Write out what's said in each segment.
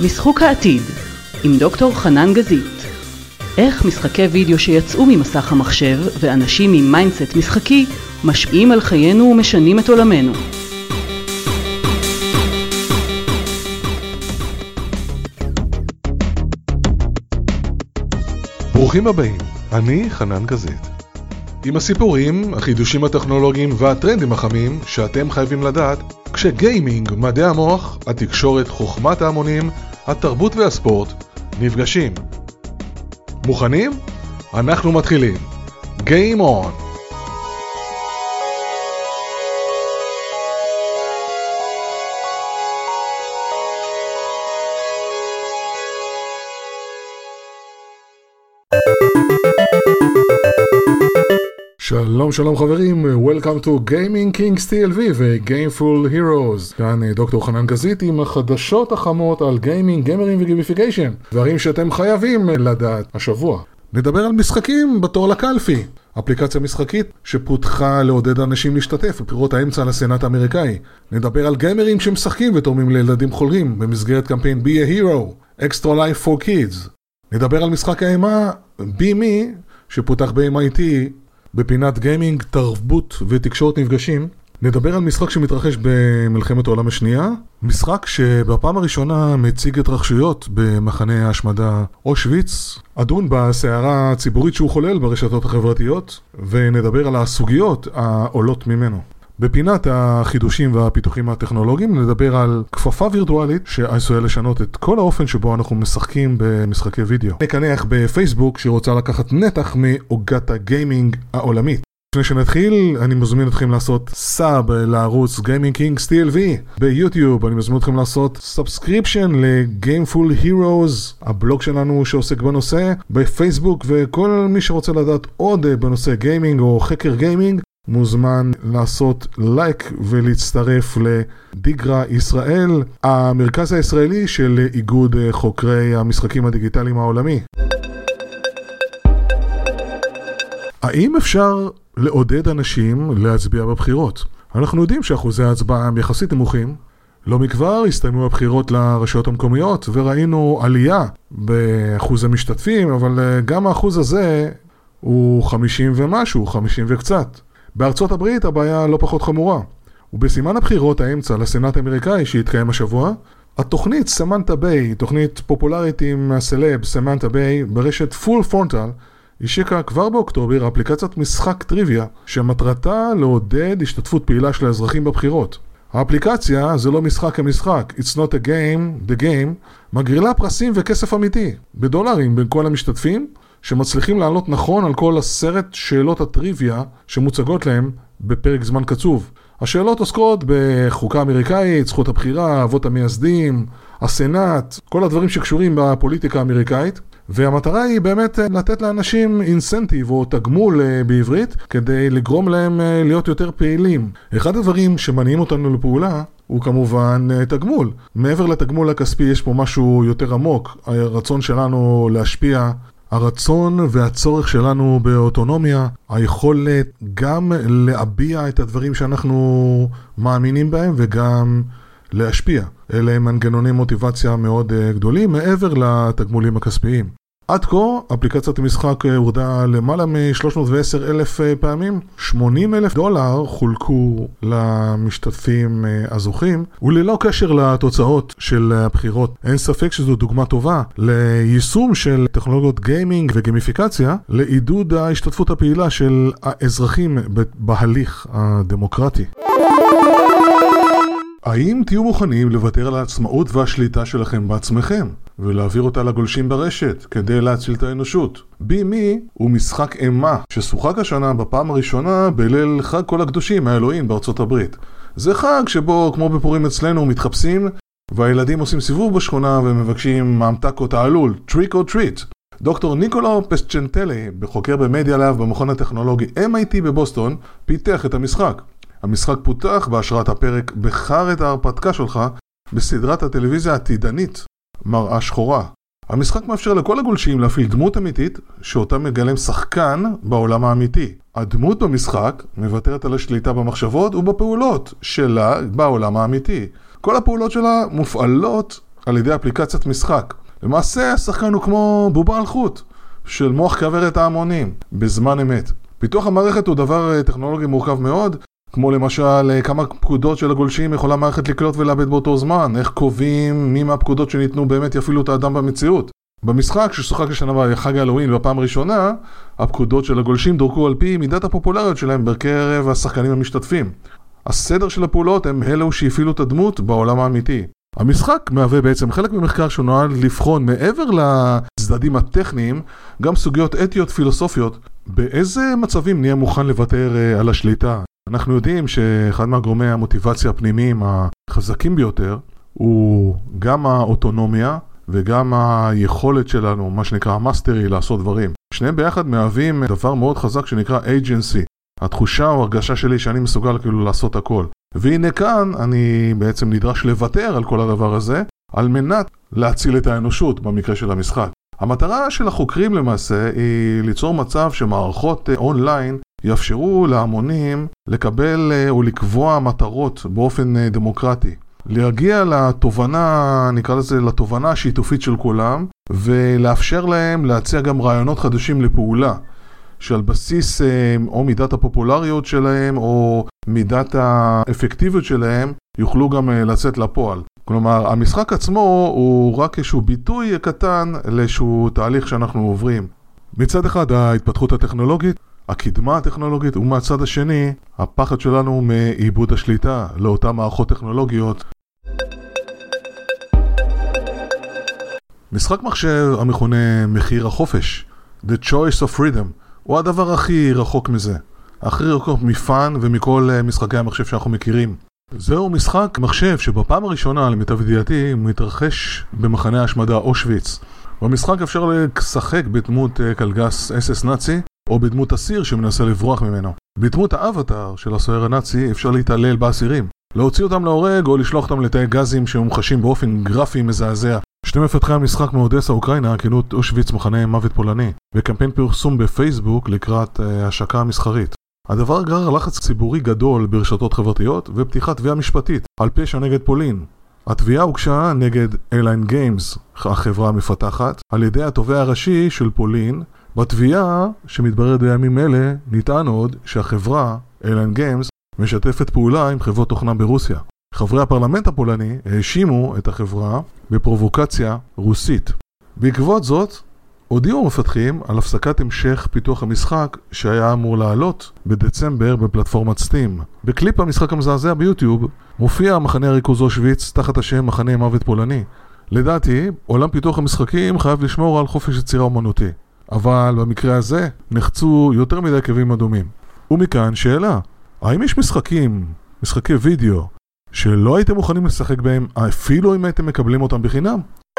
משחוק העתיד עם דוקטור חנן גזית. איך משחקי וידאו שיצאו ממסך המחשב ואנשים עם מיינדסט משחקי משפיעים על חיינו ומשנים את עולמנו. ברוכים הבאים, אני חנן גזית. עם הסיפורים, החידושים הטכנולוגיים והטרנדים החמים שאתם חייבים לדעת כשגיימינג, מדעי המוח, התקשורת, חוכמת ההמונים, התרבות והספורט נפגשים. מוכנים? אנחנו מתחילים. Game on! שלום שלום חברים, Welcome to Gaming Kings TLV ו-Gameful Heroes. כאן דוקטור חנן גזית עם החדשות החמות על גיימינג, גיימרים וגימיפיקיישן. דברים שאתם חייבים לדעת השבוע. נדבר על משחקים בתור לקלפי. אפליקציה משחקית שפותחה לעודד אנשים להשתתף בבחירות האמצע לסנאט האמריקאי. נדבר על גיימרים שמשחקים ותורמים לילדים חולים במסגרת קמפיין Be a Hero, Extra Life for Kids. נדבר על משחק האימה Be Me שפותח ב-MIT בפינת גיימינג, תרבות ותקשורת נפגשים. נדבר על משחק שמתרחש במלחמת העולם השנייה, משחק שבפעם הראשונה מציג התרחשויות במחנה ההשמדה אושוויץ, אדון בסערה הציבורית שהוא חולל ברשתות החברתיות, ונדבר על הסוגיות העולות ממנו. בפינת החידושים והפיתוחים הטכנולוגיים נדבר על כפפה וירטואלית שעשויה לשנות את כל האופן שבו אנחנו משחקים במשחקי וידאו. נקנח בפייסבוק שרוצה לקחת נתח מעוגת הגיימינג העולמית. לפני שנתחיל, אני מזמין אתכם לעשות סאב לערוץ Gaming Kings TLV. ביוטיוב אני מזמין אתכם לעשות סאבסקריפשן ל-Gameful Heroes, הבלוג שלנו שעוסק בנושא. בפייסבוק וכל מי שרוצה לדעת עוד בנושא גיימינג או חקר גיימינג, מוזמן לעשות לייק ולהצטרף לדיגרה ישראל, המרכז הישראלי של איגוד חוקרי המשחקים הדיגיטליים העולמי. האם אפשר לעודד אנשים להצביע בבחירות? אנחנו יודעים שאחוזי ההצבעה הם יחסית נמוכים. לא מכבר הסתיימו הבחירות לרשויות המקומיות וראינו עלייה באחוז המשתתפים, אבל גם האחוז הזה הוא 50 ומשהו, 50 וקצת. בארצות הברית הבעיה לא פחות חמורה, ובסימן הבחירות האמצע לסנאט האמריקאי שהתקיים השבוע, התוכנית סמנטה ביי, תוכנית פופולרית עם הסלב סמנטה ביי ברשת פול פרונטל, השיקה כבר באוקטובר אפליקציית משחק טריוויה שמטרתה לעודד השתתפות פעילה של האזרחים בבחירות. האפליקציה זה לא משחק כמשחק, it's not a game, the game, מגרילה פרסים וכסף אמיתי, בדולרים בין כל המשתתפים, שמצליחים לענות נכון על כל 10 שאלות הטריוויה שמוצגות להם בפרק זמן קצוב. השאלות עוסקות בחוקה אמריקאית, זכות הבחירה, אבות המייסדים, הסנאט, כל הדברים שקשורים בפוליטיקה האמריקאית, והמטרה היא באמת לתת לאנשים אינסנטיב או תגמול בעברית כדי לגרום להם להיות יותר פעילים. אחד הדברים שמניעים אותנו לפעולה הוא כמובן תגמול. מעבר לתגמול הכספי יש פה משהו יותר עמוק, הרצון שלנו להשפיע, הרצון והצורך שלנו באוטונומיה, היכולת גם להביע את הדברים שאנחנו מאמינים בהם וגם להשפיע. אלה הם מנגנוני מוטיבציה מאוד גדולים מעבר לתגמולים הכספיים. עד כה, אפליקציית המשחק הורדה למעלה מ-310,000 פעמים, $80,000 חולקו למשתתפים הזוכים, וללא קשר לתוצאות של הבחירות. אין ספק שזו דוגמה טובה ליישום של טכנולוגיות גיימינג וגימיפיקציה, לעידוד ההשתתפות הפעילה של האזרחים בהליך הדמוקרטי. האם תהיו מוכנים לוותר על העצמאות והשליטה שלכם בעצמכם ולהעביר אותה לגולשים ברשת כדי להציל את האנושות? Be Me הוא משחק אימה ששוחק השנה בפעם הראשונה בליל חג כל הקדושים האלוהים בארצות הברית. זה חג שבו כמו בפורים אצלנו מתחפשים והילדים עושים סיבוב בשכונה ומבקשים ממתק או תעלול, Trick or Treat. דוקטור ניקולאו פסצ'נטלי, בחוקר במדיה לאב במכון הטכנולוגי MIT בבוסטון, פיתח את המשחק. המשחק פותח בהשראת הפרק בחר את ההרפתקה שלך בסדרת הטלוויזיה העתידנית מראה שחורה. המשחק מאפשר לכל הגולשים להפעיל דמות אמיתית שאותה מגלם שחקן בעולם האמיתי. הדמות במשחק מוותרת על השליטה במחשבות ובפעולות שלה בעולם האמיתי. כל הפעולות שלה מופעלות על ידי אפליקציית משחק. למעשה, השחקן הוא כמו בובה על חוט של מוח כוורת ההמונים בזמן אמת. פיתוח המערכת הוא דבר טכנולוגי מורכב מאוד, כמו למשל כמה פקודות של הגולשים יכולה מערכת לקלוט ולאבד באותו זמן, איך קובעים מי מהפקודות שניתנו באמת יפעילו את האדם במציאות. במשחק ששוחק השנה בחג ההלווין בפעם הראשונה, הפקודות של הגולשים דורגו על פי מידת הפופולריות שלהם בקרב השחקנים המשתתפים. הסדר של הפעולות הם אלו שהפעילו את הדמות בעולם האמיתי. המשחק מהווה בעצם חלק ממחקר שנועד לבחון מעבר לצדדים הטכניים, גם סוגיות אתיות פילוסופיות, באיזה מצבים נהיה מוכן לוותר על השליטה. אנחנו יודעים שאחד מהגורמי המוטיבציה הפנימיים החזקים ביותר הוא גם האוטונומיה וגם היכולת שלנו, מה שנקרא המאסטרי, לעשות דברים. שניהם ביחד מהווים דבר מאוד חזק שנקרא agency. התחושה או הרגשה שלי שאני מסוגל כאילו לעשות הכל. והנה כאן אני בעצם נדרש לוותר על כל הדבר הזה, על מנת להציל את האנושות במקרה של המשחק. המטרה של החוקרים למעשה היא ליצור מצב שמערכות אונליין יאפשרו להמונים לקבל או לקבוע מטרות באופן דמוקרטי. להגיע לתובנה, נקרא לזה לתובנה השיתופית של כולם, ולאפשר להם להציע גם רעיונות חדשים לפעולה, שעל בסיס או מידת הפופולריות שלהם או מידת האפקטיביות שלהם יוכלו גם לצאת לפועל. כלומר, המשחק עצמו הוא רק איזשהו ביטוי קטן לאיזשהו תהליך שאנחנו עוברים. מצד אחד ההתפתחות הטכנולוגית, הקדמה הטכנולוגית, ומהצד השני הפחד שלנו מאיבוד השליטה לאותן מערכות טכנולוגיות. משחק מחשב המכונה מחיר החופש, The Choice of Freedom, הוא הדבר הכי רחוק מזה. הכי רחוק מפן ומכל משחקי המחשב שאנחנו מכירים. זהו משחק מחשב שבפעם הראשונה, למיטב ידיעתי, מתרחש במחנה השמדה אושוויץ. במשחק אפשר לשחק בדמות קלגס אס נאצי, או בדמות אסיר שמנסה לברוח ממנו. בדמות האבטר של הסוהר הנאצי אפשר להתעלל באסירים, להוציא אותם להורג או לשלוח אותם לתאי גזים שמומחשים באופן גרפי מזעזע. שני מפתחי המשחק מאודסה, אוקראינה, כינו את אושוויץ מחנה מוות פולני, וקמפיין פרסום בפייסבוק לקראת השקה המסחרית. הדבר גרר לחץ ציבורי גדול ברשתות חברתיות ופתיחת תביעה משפטית על פשע נגד פולין. התביעה הוגשה נגד איירליין גיימס, החברה המפתחת, על ידי התובע הראשי של פולין. בתביעה שמתבררת בימים אלה נטען עוד שהחברה, איירליין גיימס, משתפת פעולה עם חברות תוכנה ברוסיה. חברי הפרלמנט הפולני האשימו את החברה בפרובוקציה רוסית. בעקבות זאת, הודיעו המפתחים על הפסקת המשך פיתוח המשחק שהיה אמור לעלות בדצמבר בפלטפורמת סטים. בקליפ המשחק המזעזע ביוטיוב מופיע מחנה הריכוז אושוויץ תחת השם מחנה מוות פולני. לדעתי, עולם פיתוח המשחקים חייב לשמור על חופש יצירה אומנותי. אבל במקרה הזה נחצו יותר מדי קווים אדומים. ומכאן שאלה, האם יש משחקי וידאו, שלא הייתם מוכנים לשחק בהם אפילו אם הייתם מקבלים אותם בחינם?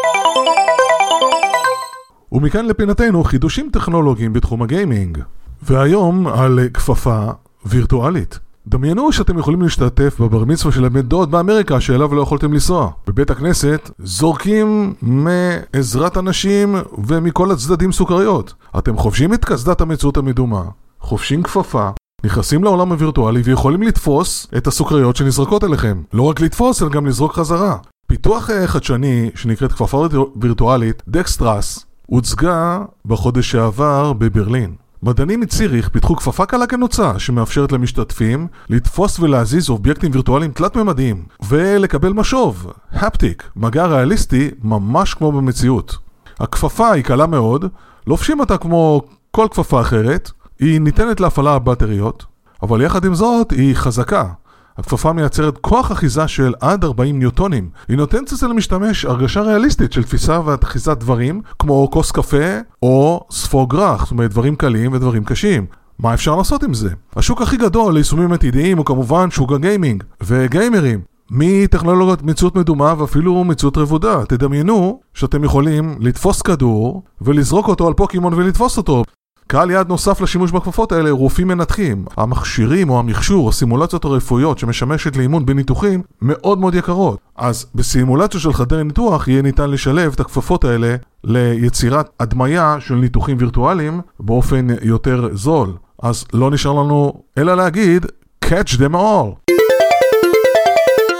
ומכאן לפינתנו חידושים טכנולוגיים בתחום הגיימינג. והיום על כפפה וירטואלית. דמיינו שאתם יכולים להשתתף בבר מצווה של הבן דוד באמריקה שאליו לא יכולתם לנסוע. בבית הכנסת זורקים מעזרת אנשים ומכל הצדדים סוכריות. אתם חובשים את קסדת המציאות המדומה, חובשים כפפה, נכנסים לעולם הווירטואלי ויכולים לתפוס את הסוכריות שנזרקות אליכם. לא רק לתפוס, אלא גם לזרוק חזרה. פיתוח חדשני שנקראת כפפה וירטואלית, דקסטרס, הוצגה בחודש שעבר בברלין. מדענים מציריך פיתחו כפפה קלה כנוצה שמאפשרת למשתתפים לתפוס ולהזיז אובייקטים וירטואליים תלת-ממדיים ולקבל משוב, הפטיק, מגע ריאליסטי ממש כמו במציאות. הכפפה היא קלה מאוד, לובשים אותה כמו כל כפפה אחרת, היא ניתנת להפעלה בבטריות, אבל יחד עם זאת היא חזקה. הכפפה מייצרת כוח אחיזה של עד 40 ניוטונים. היא נותנת את זה למשתמש הרגשה ריאליסטית של תפיסה ואחיזת דברים, כמו כוס קפה או ספוג רך, זאת אומרת דברים קלים ודברים קשים. מה אפשר לעשות עם זה? השוק הכי גדול ליישומים עתידיים הוא כמובן שוק הגיימינג וגיימרים. מטכנולוגיות מציאות מדומה ואפילו מציאות רבודה. תדמיינו שאתם יכולים לתפוס כדור ולזרוק אותו על פוקימון ולתפוס אותו. קהל יעד נוסף לשימוש בכפפות האלה רופאים מנתחים. המכשירים או המכשור, הסימולציות הרפואיות שמשמשת לאימון בניתוחים מאוד מאוד יקרות. אז בסימולציה של חדר ניתוח יהיה ניתן לשלב את הכפפות האלה ליצירת הדמיה של ניתוחים וירטואליים באופן יותר זול. אז לא נשאר לנו אלא להגיד catch them all.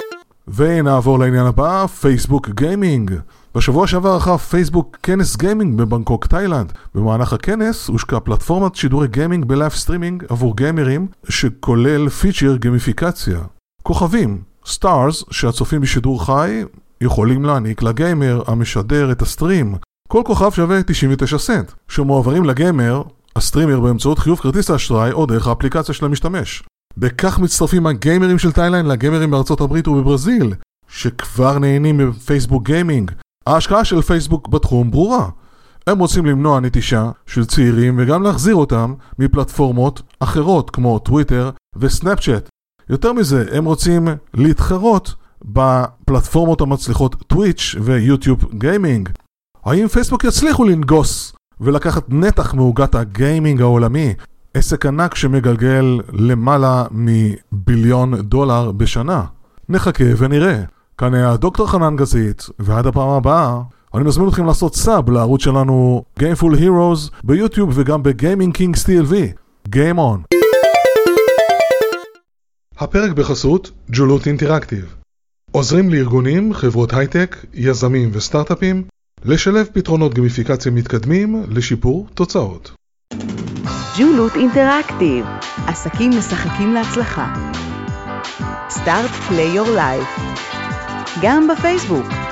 ונעבור לעניין הבא, פייסבוק גיימינג. בשבוע שעבר ערך פייסבוק כנס גיימינג בבנקוק, תאילנד. במהלך הכנס הושקה פלטפורמת שידורי גיימינג בלייב סטרימינג עבור גיימרים, שכולל פיצ'ר גמיפיקציה. כוכבים, סטארס, שהצופים בשידור חי, יכולים להעניק לגיימר המשדר את הסטרים. כל כוכב שווה 99 סנט, שמועברים לגיימר, הסטרימר באמצעות חיוב כרטיס האשראי או דרך האפליקציה של המשתמש. בכך מצטרפים הגיימרים של תאילנד לגיימרים בארצות הברית ובברזיל, שכבר נהנים בפייסבוק גיימינג. ההשקעה של פייסבוק בתחום ברורה. הם רוצים למנוע נטישה של צעירים וגם להחזיר אותם מפלטפורמות אחרות כמו טוויטר וסנאפצ'אט. יותר מזה, הם רוצים להתחרות בפלטפורמות המצליחות טוויץ' ויוטיוב גיימינג. האם פייסבוק יצליחו לנגוס ולקחת נתח מעוגת הגיימינג העולמי? עסק ענק שמגלגל למעלה $1,000,000,000 בשנה. נחכה ונראה. כאן היה דוקטור חנן גזית, ועד הפעם הבאה, אני מזמין אתכם לעשות סאב לערוץ שלנו Gameful Heroes ביוטיוב וגם בגיימינג קינגס TLV. Game on. הפרק בחסות ג'ולוט אינטראקטיב. עוזרים לארגונים, חברות הייטק, יזמים וסטארט-אפים לשלב פתרונות גמיפיקציה מתקדמים לשיפור תוצאות. ג'ולוט אינטראקטיב, עסקים משחקים להצלחה. Start Play Your Life, גם בפייסבוק.